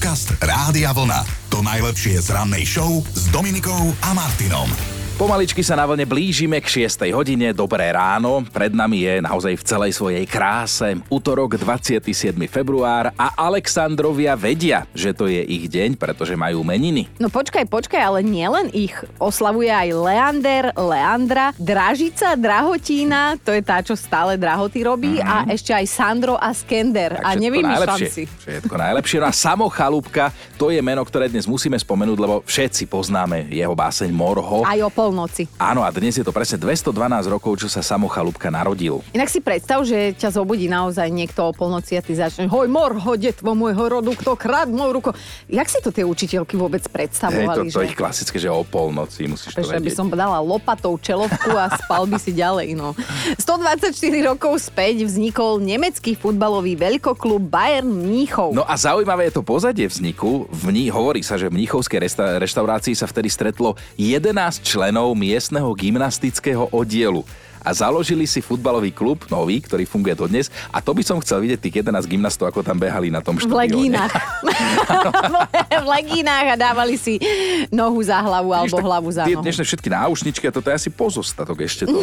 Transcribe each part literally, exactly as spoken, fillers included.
Podcast Rádia Vlna. To najlepšie z rannej show s Dominikou a Martinom. Pomaličky sa na vlne blížime k šiestej hodine. Dobré ráno. Pred nami je naozaj v celej svojej kráse utorok dvadsiateho siedmeho február a Alexandrovia vedia, že to je ich deň, pretože majú meniny. No počkaj, počkaj, ale nielen ich. Oslavuje aj Leander, Leandra, Dražica, Drahotína, to je tá, čo stále drahoty robí, mm-hmm. a ešte aj Sandro a Skender. Tak a nevymýšľam si. Všetko najlepšie. No a Samo Chalúbka, to je meno, ktoré dnes musíme spomenúť, lebo všetci poznáme jeho báseň Morho. Aj o polnoci. Áno, a dnes je to presne dvestodvanásť rokov, čo sa Samo Chalúbka narodil. Inak si predstav, že ťa zobudí naozaj niekto o polnoci a ty začneš: hoj, Morho, detvo môjho rodu, kto krad môj ruko. Jak si to tie učiteľky vôbec predstavovali? Hej, to, to ich klasické, že o polnoci musíš to vedieť. By som dala lopatou čelovku a spal by si ďalej. No. stodvadsaťštyri rokov späť vznikol nemecký futbalový veľkoklub Bayern Mníchov. No a zaujímavé je to pozadie vzniku. V ní hovorí sa, že v mníchovskej resta- reštaurácii sa vtedy stretlo jedenásť členov miestneho gymnastického oddielu. A založili si futbalový klub, nový, ktorý funguje dodnes. A to by som chcel vidieť tých jedenásť gymnastov, ako tam behali na tom štadióne. V legínach. v legínach a dávali si nohu za hlavu alebo Víš, hlavu za tie nohu. Dnešné všetky náušničky, a toto je asi pozostatok ešte toho.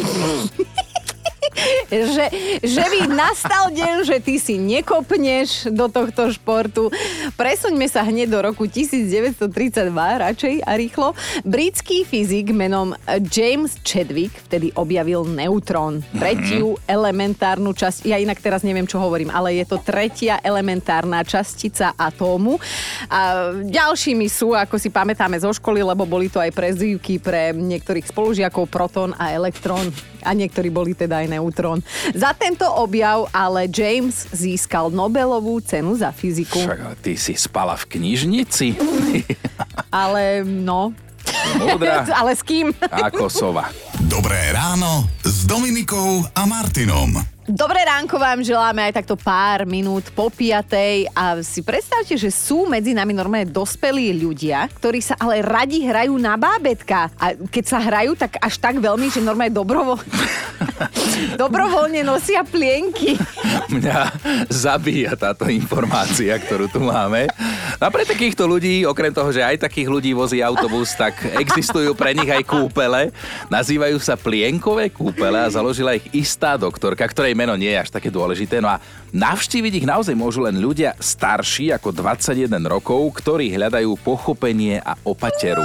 že, že by nastal deň, že ty si nekopneš do tohto športu. Presuňme sa hneď do roku devätnásťtridsaťdva, radšej a rýchlo. Britský fyzik menom James Chadwick vtedy objavil neutrón. Tretiu elementárnu časť. Ja inak teraz neviem, čo hovorím, ale je to tretia elementárna častica atómu. A ďalšími sú, ako si pamätáme zo školy, lebo boli to aj prezývky pre niektorých spolužiakov, protón a elektrón. A niektorí boli teda aj neutrón. Za tento objav ale James získal Nobelovú cenu za fyziku. Však ale ty si spala v knižnici. Ale no... Múdra. Ale s kým? Ako sova. Dobré ráno s Dominikou a Martinom. Dobré ránko vám želáme aj takto pár minút po piatej a si predstavte, že sú medzi nami normálne dospelí ľudia, ktorí sa ale radi hrajú na bábätka. A keď sa hrajú, tak až tak veľmi, že normálne dobrovoľne, dobrovoľne nosia plienky. Mňa zabíja táto informácia, ktorú tu máme. A pre takýchto ľudí, okrem toho, že aj takých ľudí vozí autobus, tak existujú pre nich aj kúpele. Nazývajú sa plienkové kúpele a založila ich istá doktorka, ktorej meno nie je až také dôležité. No a navštíviť ich naozaj môžu len ľudia starší ako dvadsaťjeden rokov, ktorí hľadajú pochopenie a opateru.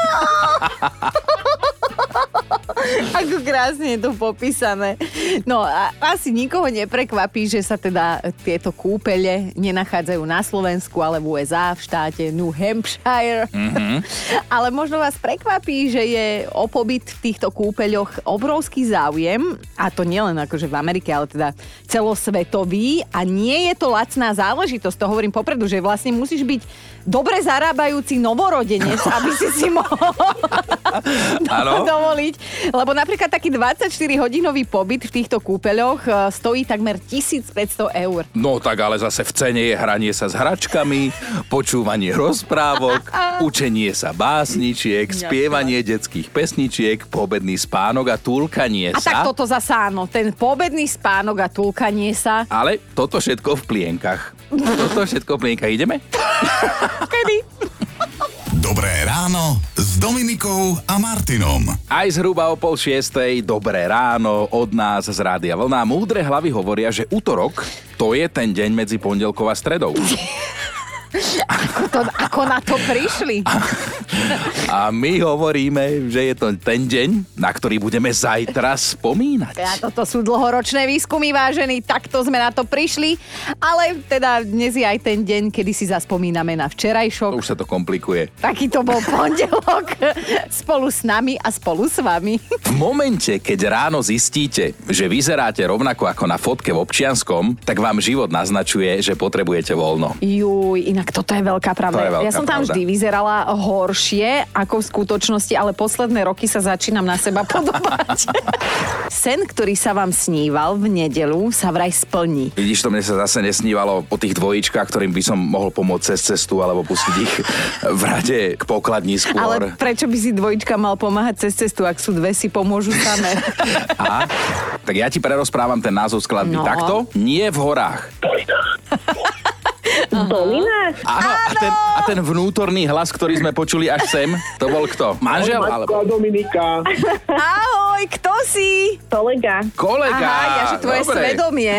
Ako krásne je to popísané. No a asi nikoho neprekvapí, že sa teda tieto kúpele nenachádzajú na Slovensku, ale v ú es á, v štáte New Hampshire. Mm-hmm. Ale možno vás prekvapí, že je o pobyt v týchto kúpeľoch obrovský záujem. A to nielen akože v Amerike, ale teda celosvetový. A nie je to lacná záležitosť. To hovorím popredu, že vlastne musíš byť dobre zarábajúci novorodenec, aby si si mohol dovoliť. Lebo napríklad taký dvadsaťštyrihodinový pobyt v týchto kúpeľoch stojí takmer tisícpäťsto eur. No tak ale zase v cene je hranie sa s hračkami, počúvanie rozprávok, učenie sa básničiek, spievanie detských pesničiek, poobedný spánok a túlkanie sa. A tak toto zasa áno, ten poobedný spánok a túlkanie sa. Ale toto všetko v plienkach. Toto všetko v plienkach. Ideme? Kedy? Dobré ráno s Dominikou a Martinom. Aj zhruba o pol šiestej, dobré ráno od nás z Rádia Vlna. Múdre hlavy hovoria, že utorok to je ten deň medzi pondelkou a stredou. Ako, to, ako na to prišli? A, a my hovoríme, že je to ten deň, na ktorý budeme zajtra spomínať. Ja, toto sú dlhoročné výskumy, vážení, takto sme na to prišli. Ale teda dnes je aj ten deň, kedy si zaspomíname na včerajšok. Už sa to komplikuje. Taký to bol pondelok spolu s nami a spolu s vami. V momente, keď ráno zistíte, že vyzeráte rovnako ako na fotke v občianskom, tak vám život naznačuje, že potrebujete voľno. Juj, inak toto je veľká pravda. To je veľká ja som tam pravda. vždy vyzerala horšie ako v skutočnosti, ale posledné roky sa začínam na seba podobať. Sen, ktorý sa vám sníval v nedeľu, sa vraj splní. Vidíš, to mne sa zase nesnívalo o tých dvojičkách, ktorým by som mohol pomôcť cez cestu alebo pustiť ich v rade k pokladni skôr. Ale prečo by si dvojička mal pomáhať cez cestu, ak sú dve, si pomôžu samé? A? Tak ja ti prerozprávam ten názov skladby. No. Takto? Nie v horách. Domina? Áno, a ten, a ten vnútorný hlas, ktorý sme počuli až sem, to bol kto? Manžel? Maťko a Dominika. Ahoj, kto si? Kolega. Kolega. Aha, ja, že tvoje dobre. svedomie.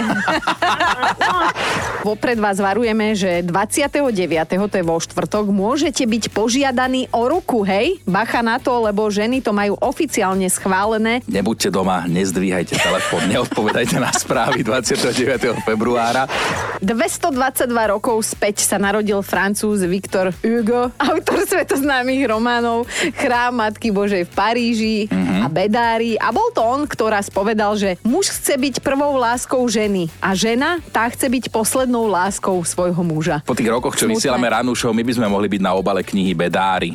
Vopred vás varujeme, že dvadsiateho deviateho to je vo štvrtok, môžete byť požiadaní o ruku, hej? Bacha na to, lebo ženy to majú oficiálne schválené. Nebuďte doma, nezdvíhajte telefón, neodpovedajte na správy dvadsiateho deviateho februára. dvestodvadsaťdva rokov späť sa narodil Francúz Victor Hugo, autor svetoznámych románov Chrám Matky Božej v Paríži mm-hmm. a Bedári. A bol to on, kto raz povedal, že muž chce byť prvou láskou ženy a žena tá chce byť poslednou láskou svojho muža. Po tých rokoch, čo Smutné. vysielame Rannú show, my by sme mohli byť na obale knihy Bedári.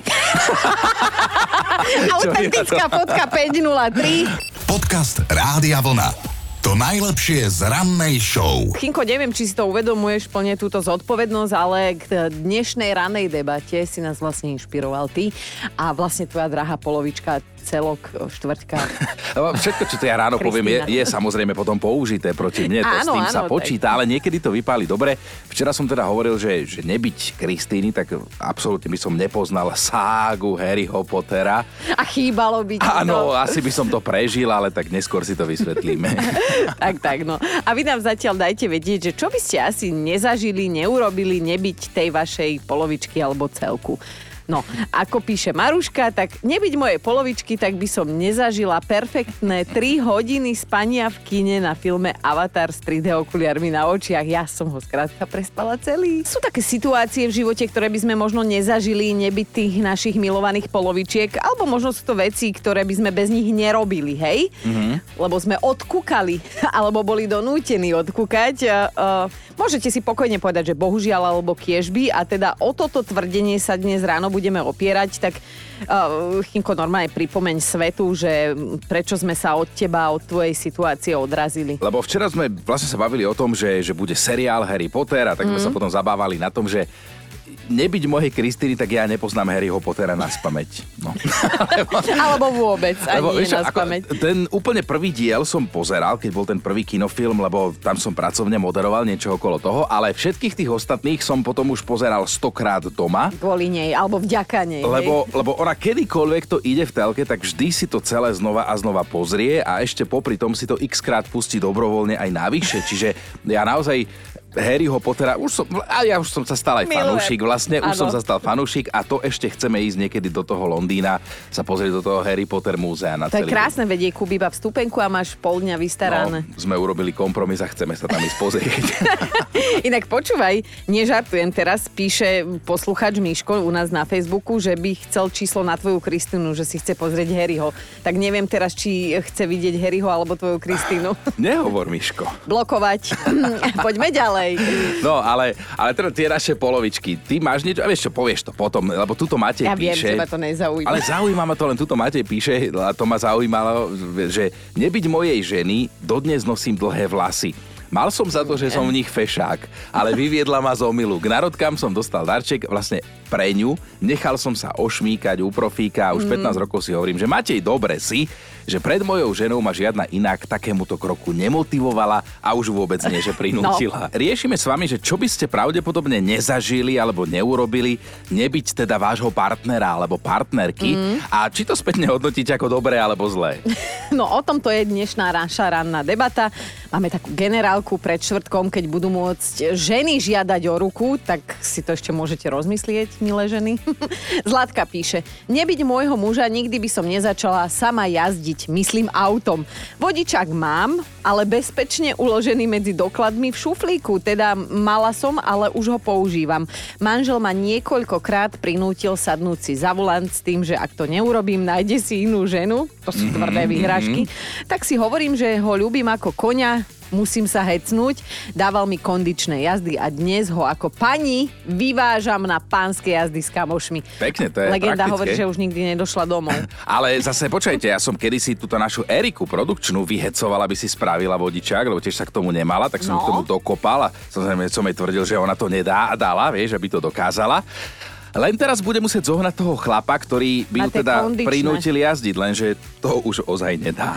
Autentická fotka päť nula tri. Podcast Rádia Vlna. To najlepšie z rannej show. Chinko, neviem, či si to uvedomuješ plne túto zodpovednosť, ale k dnešnej ranej debate si nás vlastne inšpiroval ty a vlastne tvoja drahá polovička celok štvrťka. Všetko, čo to ja ráno poviem, je, je samozrejme potom použité proti mne, to Áno, s tým áno, sa tak. počíta, ale niekedy to vypáli dobre. Včera som teda hovoril, že, že nebyť Kristíny, tak absolútne by som nepoznal ságu Harryho Pottera. A chýbalo by ti Áno, to. asi by som to prežil, ale tak neskôr si to vysvetlíme. Tak, tak, no. A vy nám zatiaľ dajte vedieť, že čo by ste asi nezažili, neurobili, nebyť tej vašej polovičky alebo celku. No, ako píše Maruška, tak nebyť mojej polovičky, tak by som nezažila perfektné tri hodiny spania v kine na filme Avatar s tri dé okuliarmi na očiach. Ja som ho skrátka prespala celý. Sú také situácie v živote, ktoré by sme možno nezažili, nebyť tých našich milovaných polovičiek, alebo možno sú to veci, ktoré by sme bez nich nerobili, hej? Mm-hmm. Lebo sme odkúkali, alebo boli donútení odkúkať. Uh, môžete si pokojne povedať, že bohužiaľ alebo kiežby, a teda o toto tvrdenie sa dnes ráno budeme opierať, tak uh, Chinko, normálne pripomeň svetu, že prečo sme sa od teba, od tvojej situácie odrazili. Lebo včera sme vlastne sa bavili o tom, že, že bude seriál Harry Potter a tak sme mm. sa potom zabávali na tom, že nebyť mojej Kristýny, tak ja nepoznám Harryho Pottera na spamäť. No. Alebo vôbec, ani lebo, nie vieš, na ako, spamäť. ten úplne prvý diel som pozeral, keď bol ten prvý kinofilm, lebo tam som pracovne moderoval niečo okolo toho, ale všetkých tých ostatných som potom už pozeral stokrát doma. Kvôli nej, alebo vďaka nej. Lebo, lebo ona kedykoľvek to ide v telke, tak vždy si to celé znova a znova pozrie a ešte popri tom si to x-krát pustí dobrovoľne aj navyše. Čiže ja naozaj Harryho Pottera, už som, a ja už som sa stal aj Milujem. fanúšik vlastne, už Áno. som sa stal fanúšik a to ešte chceme ísť niekedy do toho Londýna, sa pozrieť do toho Harry Potter múzea na To je celý krásne, vedie Kuby iba vstupenku a máš pol dňa vystarané. No, sme urobili kompromis a chceme sa tam ísť pozrieť. Inak počúvaj, nežartujem teraz, píše posluchač Miško u nás na Facebooku, že by chcel číslo na tvoju Kristínu, že si chce pozrieť Harryho. Tak neviem teraz, či chce vidieť Harryho alebo tvoju Kristínu. Nehovor, Miško. Blokovať. Poďme ďalej. No, ale, ale teda tie naše polovičky, ty máš niečo, a vieš čo, povieš to potom, lebo tuto Matej Ja viem, píše. teba to nezaujíma. Ale zaujíma ma to, len tuto Matej píše, a to ma zaujímalo, že nebyť mojej ženy, dodnes nosím dlhé vlasy. Mal som za to, že som v nich fešák, ale vyviedla ma z omylu. K narodkám som dostal darček vlastne pre ňu, nechal som sa ošmíkať u profíka a už pätnásť rokov si hovorím, že Matej, dobre si, že pred mojou ženou ma žiadna inak takémuto kroku nemotivovala a už vôbec nie, že prinútila. No. Riešime s vami, že čo by ste pravdepodobne nezažili alebo neurobili, nebyť teda vášho partnera alebo partnerky mm. a či to spätne hodnotíte ako dobré alebo zlé. No o tomto je dnešná naša ranná debata. Máme takú generálku pred štvrtkom, keď budú môcť ženy žiadať o ruku, tak si to ešte môžete rozmyslieť, milé ženy. Zlatka píše, nebyť môjho muža, nikdy by som nezačala sama jazdiť, myslím autom. Vodičák mám, ale bezpečne uložený medzi dokladmi v šuflíku, teda mala som, ale už ho používam. Manžel ma niekoľkokrát prinútil sadnúť si za volant s tým, že ak to neurobím, nájde si inú ženu, to sú tvrdé výhražky, tak si hovorím, že ho ľúbim ako koňa, musím sa hecnúť, dával mi kondičné jazdy a dnes ho ako pani vyvážam na pánske jazdy s kamošmi. Pekne, to je Legenda praktické. hovorí, že už nikdy nedošla domov. Ale zase počkajte, ja som kedysi túto našu Eriku produkčnú vyhecoval, aby si spravila vodičák, lebo tiež sa k tomu nemala, tak som No. k tomu dokopal a samozrejme som jej tvrdil, že ona to nedá a dala, vieš, aby to dokázala. Len teraz bude musieť zohnať toho chlapa, ktorý by Na ju tie teda kondičné. prinútil jazdiť, lenže to už ozaj nedá.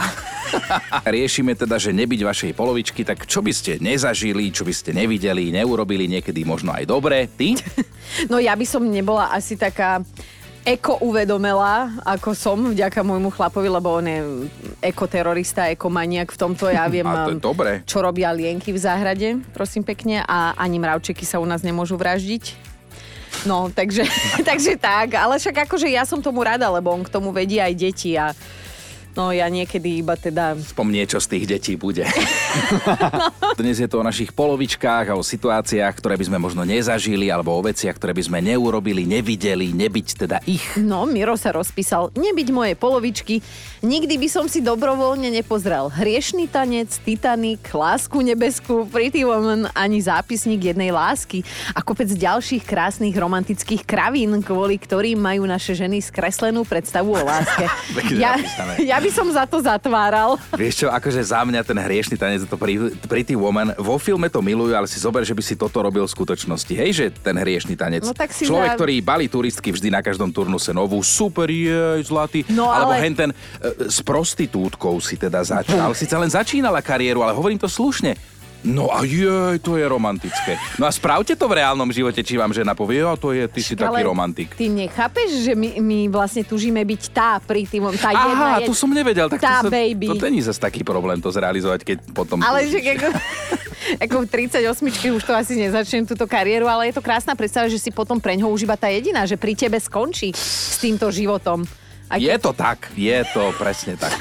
Riešime teda, že nebyť vašej polovičky, tak čo by ste nezažili, čo by ste nevideli, neurobili, niekedy možno aj dobre. Ty? No ja by som nebola asi taká eko uvedomela, ako som, vďaka môjmu chlapovi, lebo on je ekoterorista, ekomaniak v tomto. Ja viem, a to je dobre. Čo robia lienky v záhrade, prosím pekne, a ani mravčeky sa u nás nemôžu vraždiť. No, takže, takže tak. Ale však akože ja som tomu rada, lebo on k tomu vedie aj deti a no ja niekedy iba teda... Spomnie, čo z tých detí bude. No. Dnes je to o našich polovičkách a o situáciách, ktoré by sme možno nezažili, alebo o veciach, ktoré by sme neurobili, nevideli, nebyť teda ich. No, Miro sa rozpísal, nebyť moje polovičky, nikdy by som si dobrovoľne nepozrel Hriešný tanec, Titanic, Lásku nebeskú, Pretty Woman, ani Zápisník jednej lásky a kopec ďalších krásnych romantických kravín, kvôli ktorým majú naše ženy skreslenú predstavu o láske. ja, ja by som za to zatváral. Vieš čo, akože za mňa ten Hriešný tanec, to Pretty Woman, vo filme to milujú, ale si zober, že by si toto robil v skutočnosti. Hej, že ten Hriešný tanec. No, tak si Človek, za... ktorý balí turistky vždy na každom turnuse novú, super, jej, zlatý. No, alebo ale... henten e, s prostitútkou si teda začal. Sice len začínala kariéru, ale hovorím to slušne. No a jej, to je romantické. No a spravte to v reálnom živote, či vám žena povie, a to je, ty si ale taký romantik. Ty nechápeš, že my, my vlastne tužíme byť tá Pretty Woman, tá Aha, jedna... Aha, to som nevedel. Tak tá to, sa, baby. to není zase taký problém to zrealizovať, keď potom... Ale že ako, ako v tridsaťosmičke už to asi nezačnem túto kariéru, ale je to krásna predstava, že si potom preňho už iba tá jediná, že pri tebe skončí s týmto životom. Aj je to tak, je to presne tak.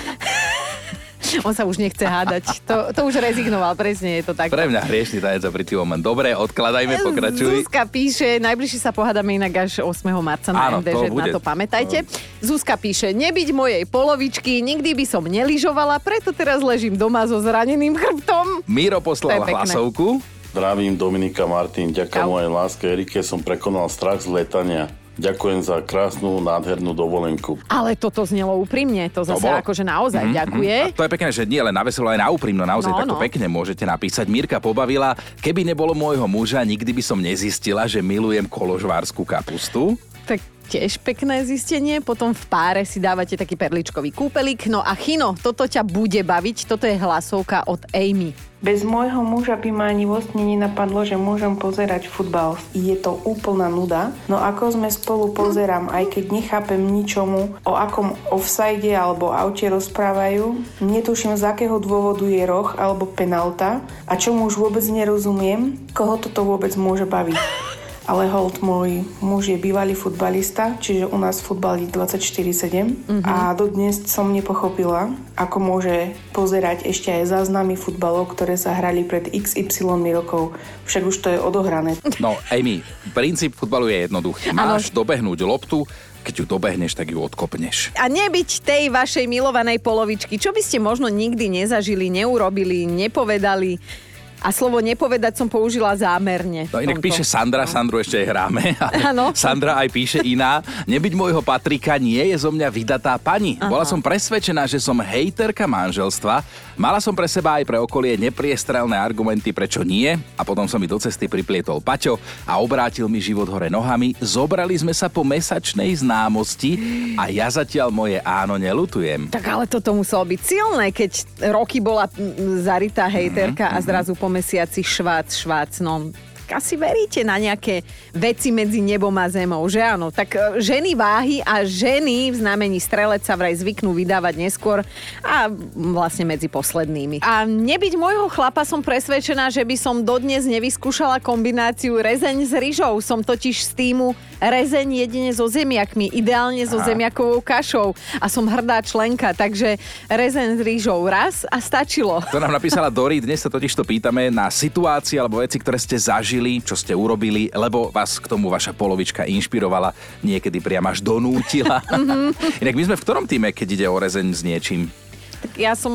On sa už nechce hádať. To, to už rezignoval, presne je to tak. Pre mňa Hriešný tanec a Pretty Woman. Dobre, odkladajme, pokračuj. Zuzka píše, najbližšie sa pohádame inak až ôsmeho marca na Áno, em dé, že bude. na to pamätajte. Zuzka píše, nebyť mojej polovičky, nikdy by som nelyžovala, preto teraz ležím doma so zraneným chrbtom. Miro poslal hlasovku. Zdravím, Dominika Martin. Ďakujem mojej láske Erike som prekonal strach z letania. Ďakujem za krásnu, nádhernú dovolenku. Ale toto znelo úprimne, to zase no, akože naozaj mm-hmm. ďakuje. A to je pekné, že nie len na veselo, aj na úprimno, naozaj no, takto no. pekne môžete napísať. Mirka pobavila, keby nebolo môjho muža, nikdy by som nezistila, že milujem koložvárskú kapustu. Tak tiež pekné zistenie. Potom v páre si dávate taký perličkový kúpelik. No a Chino, toto ťa bude baviť. Toto je hlasovka od Amy. Bez môjho muža by ma ani vo sne nenapadlo, že môžem pozerať futbal. Je to úplná nuda. No ako sme spolu pozerám, aj keď nechápem ničomu, o akom offside alebo aute rozprávajú, netuším, z akého dôvodu je roh alebo penálta a čomu už vôbec nerozumiem, koho toto vôbec môže baviť. Ale hold, môj muž je bývalý futbalista, čiže u nás futbal je dvadsaťštyri sedem mm-hmm. a dodnes som nepochopila, ako môže pozerať ešte aj záznamy futbalov, ktoré sa hrali pred iks ypsilon rokov. Však už to je odohrané. No, Amy, princíp futbalu je jednoduchý. Máš ano. dobehnúť loptu, keď ju dobehneš, tak ju odkopneš. A nebyť tej vašej milovanej polovičky, čo by ste možno nikdy nezažili, neurobili, nepovedali. A slovo nepovedať som použila zámerne. No inak píše Sandra, no. Sandru ešte aj hráme. Áno. Sandra aj píše iná. Nebyť môjho Patrika, nie je zo mňa vydatá pani. Aha. Bola som presvedčená, že som hejterka manželstva. Mala som pre seba aj pre okolie nepriestrelné argumenty, prečo nie. A potom sa mi do cesty priplietol Paťo a obrátil mi život hore nohami. Zobrali sme sa po mesačnej známosti a ja zatiaľ moje áno nelutujem. Tak ale toto muselo byť silné, keď roky bola zarytá hejterka mm-hmm. a zrazu po mesiaci švác, švác, no asi veríte na nejaké veci medzi nebom a zemou, že áno? Tak ženy váhy a ženy v znamení strelec sa vraj zvyknú vydávať neskôr a vlastne medzi poslednými. A nebyť môjho chlapa som presvedčená, že by som dodnes nevyskúšala kombináciu rezeň s ryžou. Som totiž z týmu rezeň jedine so zemiakmi, ideálne so zemiakovou kašou a som hrdá členka, takže rezeň s ryžou raz a stačilo. To nám napísala Dori, dnes sa totiž to pýtame na situácie alebo veci, ktoré ste zažili, čo ste urobili, lebo vás k tomu vaša polovička inšpirovala, niekedy priam až donútila. Mm-hmm. Inak my sme v ktorom týme, keď ide o rezeň s niečím? Tak ja som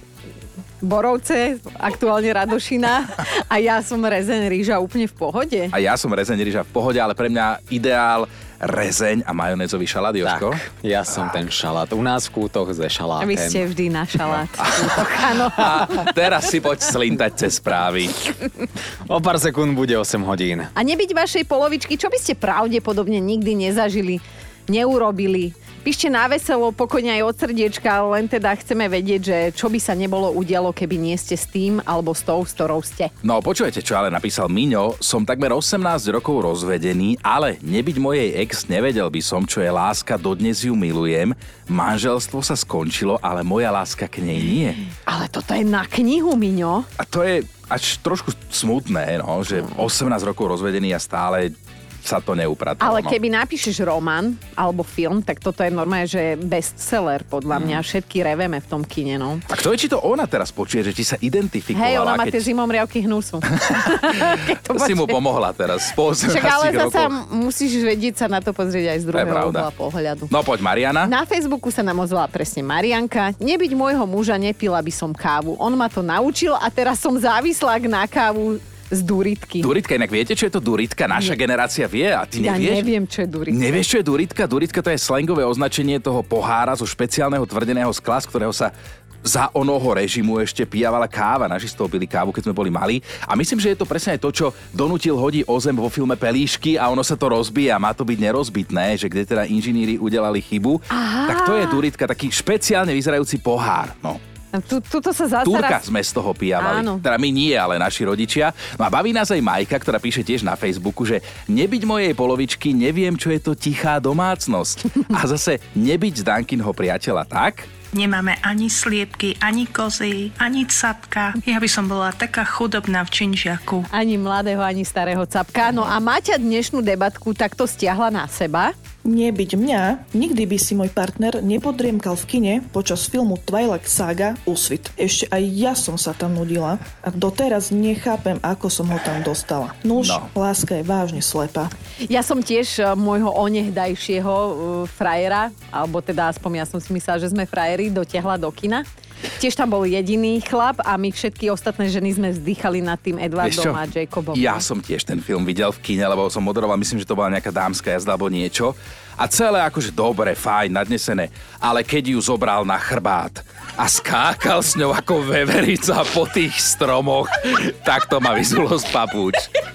Borovce, aktuálne Radošina a ja som rezeň rýža úplne v pohode. A ja som rezeň rýža v pohode, ale pre mňa ideál rezeň a majonézový šalát, Jožko? Tak, ja som ten šalát. U nás v kútoch ze šalátem. A vy ste vždy na šalát. Kútoch, áno. A teraz si poď slintať cez správy. O pár sekúnd bude osem hodín. A nebyť vašej polovičky, čo by ste pravdepodobne nikdy nezažili? neurobili. Píšte na veselo, pokojne aj od srdiečka, len teda chceme vedieť, že čo by sa nebolo udialo, keby nie ste s tým alebo s tou, s ktorou ste. No počujete, čo ale napísal Miňo, som takmer osemnásť rokov rozvedený, ale nebyť mojej ex, nevedel by som, čo je láska, dodnes ju milujem. Manželstvo sa skončilo, ale moja láska k nej nie. Ale toto je na knihu, Miňo. A to je až trošku smutné, no, že osemnásť rokov rozvedený a stále sa to neupratalo. Ale no. keby napíšeš román alebo film, tak toto je normálne, že bestseller podľa mňa. Všetky reveme v tom kine, no. A kto je, či to ona teraz počuje, že ti sa identifikovala? Hej, ona má keď... tie zimomriavky hnusu. si mu pomohla teraz. Po Však ale rokoch. zasa musíš vedieť sa na to pozrieť aj z druhého uhla pohľadu. No poď, Mariana. Na Facebooku sa nám ozvala presne Marianka. Nebyť môjho muža, nepila by som kávu. On ma to naučil a teraz som závislá na kávu z duritky. Duritka, inak viete, čo je to duritka? Naša Nie. generácia vie a ty ja nevieš? Ja neviem, čo je duritka. Nevieš, čo je duritka? Duritka to je slangové označenie toho pohára zo špeciálneho tvrdeného skla, z ktorého sa za onoho režimu ešte pijavala káva. Naši z toho pili kávu, keď sme boli malí. A myslím, že je to presne aj to, čo donútil hodí o zem vo filme Pelíšky a ono sa to rozbíja. Má to byť nerozbitné, že kde teda inžinieri udelali chybu. Aha. Tak to je duritka, taký špeciálne vyzerajúci pohár. No. Tu, tuto sa zase Turka raz... sme z toho pijavali. Áno. Teda my nie, ale naši rodičia. No a baví nás aj Majka, ktorá píše tiež na Facebooku, že nebyť mojej polovičky, neviem, čo je to tichá domácnosť. A zase nebyť Dankinho priateľa, tak? Nemáme ani sliepky, ani kozy, ani capka. Ja by som bola taká chudobná v činžiaku. Ani mladého, ani starého capka. No a Maťa dnešnú debatku takto stiahla na seba. Nebyť mňa, nikdy by si môj partner nepodriemkal v kine počas filmu Twilight Saga Úsvit. Ešte aj ja som sa tam nudila a doteraz nechápem, ako som ho tam dostala. Nuž, no. Láska je vážne slepá. Ja som tiež môjho onehdajšieho uh, frajera, alebo teda aspoň ja som si myslela, že sme frajeri, dotiahla do kina. Tiež tam bol jediný chlap a my všetky ostatné ženy sme vzdychali nad tým Edwardom a Jacobom. Ja som tiež ten film videl v kine, lebo som moderoval, myslím, že to bola nejaká dámska jazda alebo niečo. A celé akože dobre, fajn, nadnesené. Ale keď ju zobral na chrbát a skákal s ňou ako veverica po tých stromoch, tak to ma vyzulo z papúč.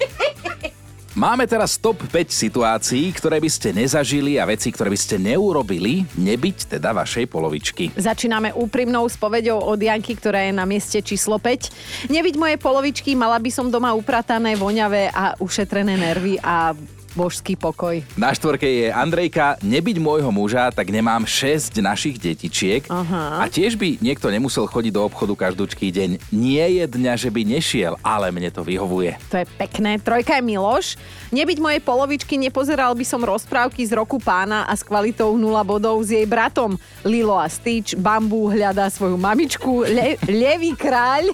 Máme teraz top päť situácií, ktoré by ste nezažili a veci, ktoré by ste neurobili, nebyť teda vašej polovičky. Začíname úprimnou spoveďou od Janky, ktorá je na mieste číslo päť. Nebyť mojej polovičky, mala by som doma upratané, voňavé a ušetrené nervy a božský pokoj. Na štvorke je Andrejka. Nebyť môjho muža, tak nemám šesť našich detičiek. Aha. A tiež by niekto nemusel chodiť do obchodu každúčký deň. Nie je dňa, že by nešiel, ale mne to vyhovuje. To je pekné. Trojka je Miloš. Nebyť mojej polovičky, nepozeral by som rozprávky z Roku pána a s kvalitou nula bodov s jej bratom. Lilo a Stitch, Bambu hľadá svoju mamičku, Le- Levý kráľ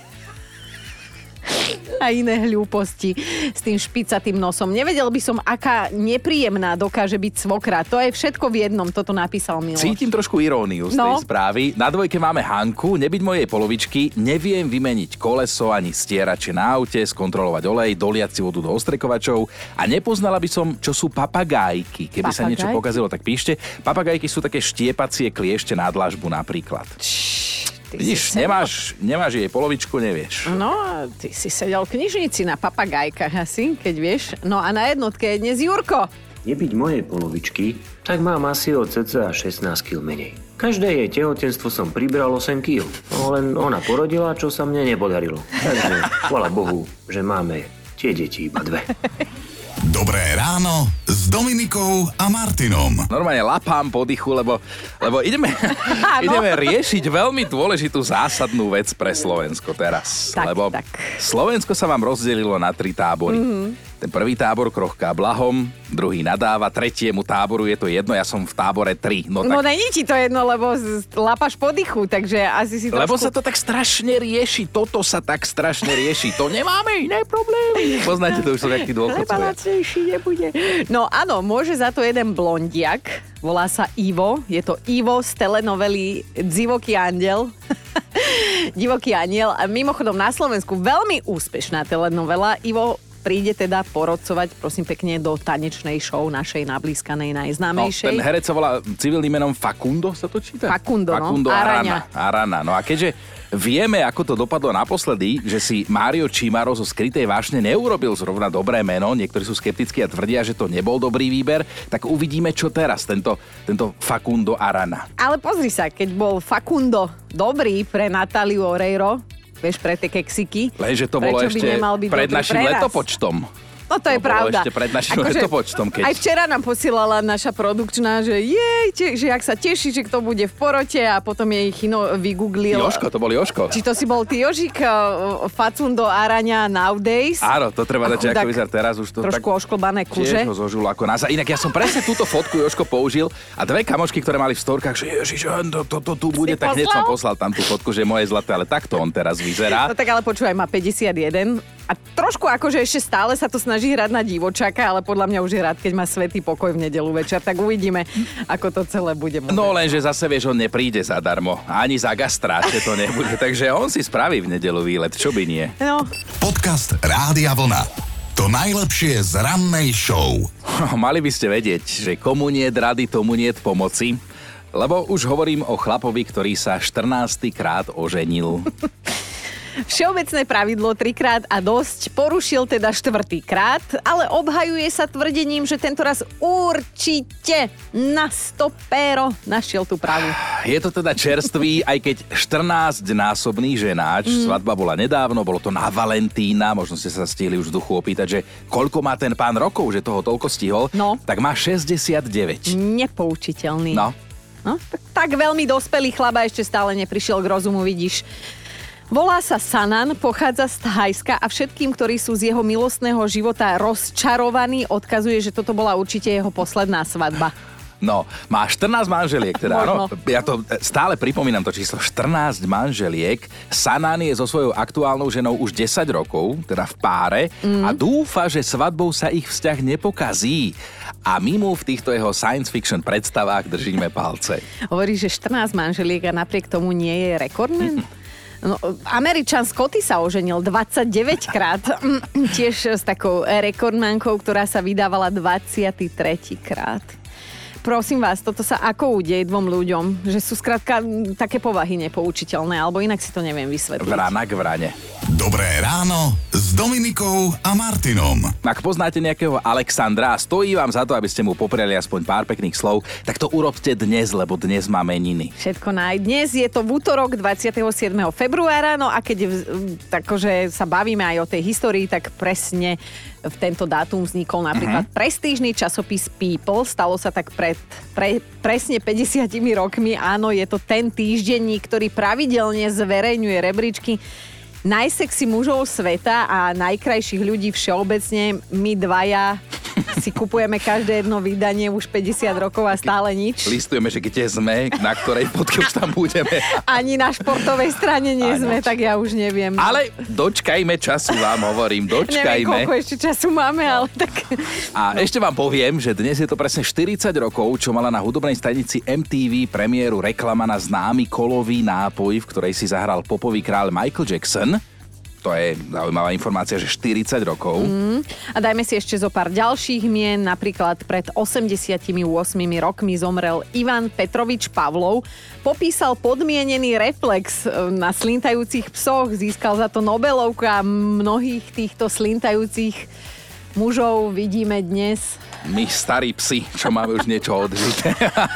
a iné hľúposti s tým špicatým nosom. Nevedel by som, aká nepríjemná dokáže byť svokra. To je všetko v jednom, toto napísal Miloš. Cítim trošku iróniu z tej no. správy. Na dvojke máme Hanku. Nebyť mojej polovičky, neviem vymeniť koleso ani stierače na aute, skontrolovať olej, doliať si vodu do ostrekovačov a nepoznala by som, čo sú papagájky. Keby Papagajky? sa niečo pokazilo, tak píšte. Papagajky sú také štiepacie kliešte na dlažbu napríklad. Ty Vidíš, nemáš, nemáš jej polovičku, nevieš. No, ty si sedel v knižnici na papagajkách asi, keď vieš. No a na jednotke je dnes Jurko. Nebyť mojej polovičky, tak mám asi od cca šestnásť kíl menej. Každé jej tehotenstvo som pribral osem kíl. No len ona porodila, čo sa mne nepodarilo. Takže chvala Bohu, že máme tie deti iba dve. Dobré ráno s Dominikou a Martinom. Normálne lapám po dychu, lebo, lebo ideme, ideme riešiť veľmi dôležitú zásadnú vec pre Slovensko teraz. Tak, lebo tak. Slovensko sa vám rozdelilo na tri tábory. Mm-hmm. Ten prvý tábor krochká blahom, druhý nadáva, tretiemu táboru je to jedno, ja som v tábore tri. No, tak... no není ti to jedno, lebo lapáš po dychu, takže asi si trošku... Lebo sa to tak strašne rieši, toto sa tak strašne rieši, to nemáme iné problémy. Poznáte to, už sú takí dôchodcovia. Nebude. No áno, môže za to jeden blondiak, volá sa Ivo, je to Ivo z telenovely Divoký andiel. Divoký andiel a mimochodom na Slovensku veľmi úspešná telenovela. Ivo príde teda porodcovať, prosím pekne, do tanečnej show našej nablískanej najznámejšej. No, ten herec sa volá civilným menom Facundo, sa to číta? Facundo, Facundo no. Arana. Arana. No a keďže Vieme, ako to dopadlo naposledy, že si Mário Cimaro zo Skrytej vášne neurobil zrovna dobré meno. Niektorí sú skeptickí a tvrdia, že to nebol dobrý výber. Tak uvidíme, čo teraz, tento, tento Facundo Arana. Ale pozri sa, keď bol Facundo dobrý pre Natáliu Oreiro, vieš, pre tie keksiky. Lenže to bolo ešte pred našim letopočtom. No to je to pravda. Ešte pred našim akože, letopočtom. Keď... Aj včera nám posielala naša produkčná, že jej, te, že jak sa teší, že kto bude v porote a potom jej Chino vygooglil. Jožko, to bol Jožko. Či to si bol ty, Jožik, uh, Facundo Araňa nowadays. Áno, to treba dať, ako vyzerá teraz. Už to trošku tak ošklbané kuže. Tiež ho zožul ako nás. A inak ja som presne túto fotku Jožko použil a dve kamošky, ktoré mali v storkách, že ježiš, to, to, to tu bude, si tak hneď som poslal tam tú fotku, že moje zlaté, ale takto on teraz vyzerá. No tak ale počúvaj, má päťdesiatjeden a trošku akože ešte stále sa to snaží hrať na divočaka, ale podľa mňa už je rád, keď má svätý pokoj v nedeľu večer, tak uvidíme, ako to celé bude. Môže. No lenže zase vieš, on nepríde zadarmo, ani za gastráče to nebude, takže on si spraví v nedeľu výlet, čo by nie. No. Podcast Rádia Vlna. To najlepšie z rannej show. Mali by ste vedieť, že komu niet rady, tomu niet pomoci, lebo už hovorím o chlapovi, ktorý sa štrnásty krát oženil. Všeobecné pravidlo trikrát a dosť porušil teda štvrtýkrát, ale obhajuje sa tvrdením, že tento raz určite na sto péro našiel tú pravú. Je to teda čerstvý, aj keď štrnásťnásobný ženáč. Mm. Svadba bola nedávno, bolo to na Valentína, možno ste sa stihli už v duchu opýtať, že koľko má ten pán rokov, že toho toľko stihol. No. Tak má šesťdesiatdeväť. Nepoučiteľný. No. No, tak, tak veľmi dospelý chlaba ešte stále neprišiel k rozumu, vidíš. Volá sa Sanan, pochádza z Thajska a všetkým, ktorí sú z jeho milostného života rozčarovaní, odkazuje, že toto bola určite jeho posledná svadba. No, má štrnásť manželiek, teda áno. Možno. Ja to stále pripomínam to číslo, štrnásť manželiek. Sanan je so svojou aktuálnou ženou už desať rokov, teda v páre, mm. a dúfa, že svadbou sa ich vzťah nepokazí. A my mu v týchto jeho science fiction predstavách držíme palce. Hovorí, že štrnásť manželiek a napriek tomu nie je rekordman? Mm. No, Američan Scotty sa oženil dvadsaťdeväť krát, tiež s takou rekordmankou, ktorá sa vydávala dvadsiaty tretí krát. Prosím vás, toto sa ako udeje dvom ľuďom, že sú skrátka také povahy nepoučiteľné, alebo inak si to neviem vysvetliť. Vrana k vrane. Dobré ráno s Dominikou a Martinom. Ak poznáte nejakého Alexandra a stojí vám za to, aby ste mu popriali aspoň pár pekných slov, tak to urobte dnes, lebo dnes má meniny. Všetko naj. Dnes je to v útorok dvadsiateho siedmeho februára, no a keď takže sa bavíme aj o tej histórii, tak presne v tento dátum vznikol napríklad uh-huh. prestížny časopis People. Stalo sa tak pred pre, presne päťdesiatimi rokmi. Áno, je to ten týždenník, ktorý pravidelne zverejňuje rebríčky najsexy mužov sveta a najkrajších ľudí všeobecne. My dvaja si kupujeme každé jedno vydanie už päťdesiat rokov a stále nič. Listujeme, že kde sme, na ktorej fotke už tam budeme. Ani na športovej strane nie Ani. sme, tak ja už neviem. Ale dočkajme času, vám hovorím, dočkajme. Neviem, koľko ešte času máme, ale tak... A no. ešte vám poviem, že dnes je to presne štyridsať rokov, čo mala na hudobnej stanici em tí ví premiéru reklama na známy kolový nápoj, v ktorej si zahral popový kráľ Michael Jackson. To je zaujímavá informácia, že štyridsať rokov. Mm. A dajme si ešte zo pár ďalších mien. Napríklad pred osemdesiatimi ôsmimi rokmi zomrel Ivan Petrovič Pavlov. Popísal podmienený reflex na slintajúcich psoch. Získal za to Nobelovku a mnohých týchto slintajúcich mužov vidíme dnes. My starí psi, čo máme už niečo odžité.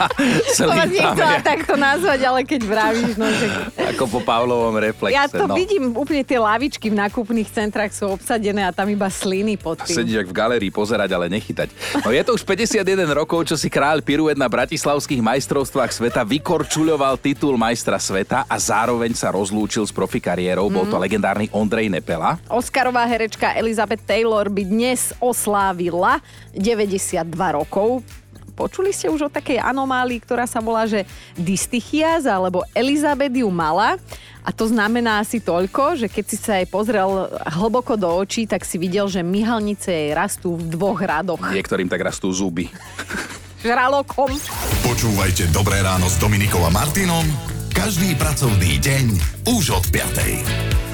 To vás nechcela takto nazvať, ale keď vravíš, no že... Ako po Pavlovom reflexe. Ja to no. vidím, úplne tie lavičky v nákupných centrách sú obsadené a tam iba sliny pod tým. Sedíš jak v galérii pozerať, ale nechytať. No je to už päťdesiatjeden rokov, čo si kráľ piruet na bratislavských majstrovstvách sveta vykorčuľoval titul majstra sveta a zároveň sa rozlúčil s profikariérou. Mm. Bol to legendárny Ondrej Nepela. Oscarová herečka Elizabeth Taylor by dnes oslávila deväťdesiatdva rokov. Počuli ste už o takej anomálii, ktorá sa volá, že dystichiáza, alebo Elizabeth ju mala. A to znamená asi toľko, že keď si sa jej pozrel hlboko do očí, tak si videl, že myhalnice jej rastú v dvoch radoch. Niektorým tak rastú zuby. Žralokom. Počúvajte Dobré ráno s Dominikou a Martinom každý pracovný deň už od piatej.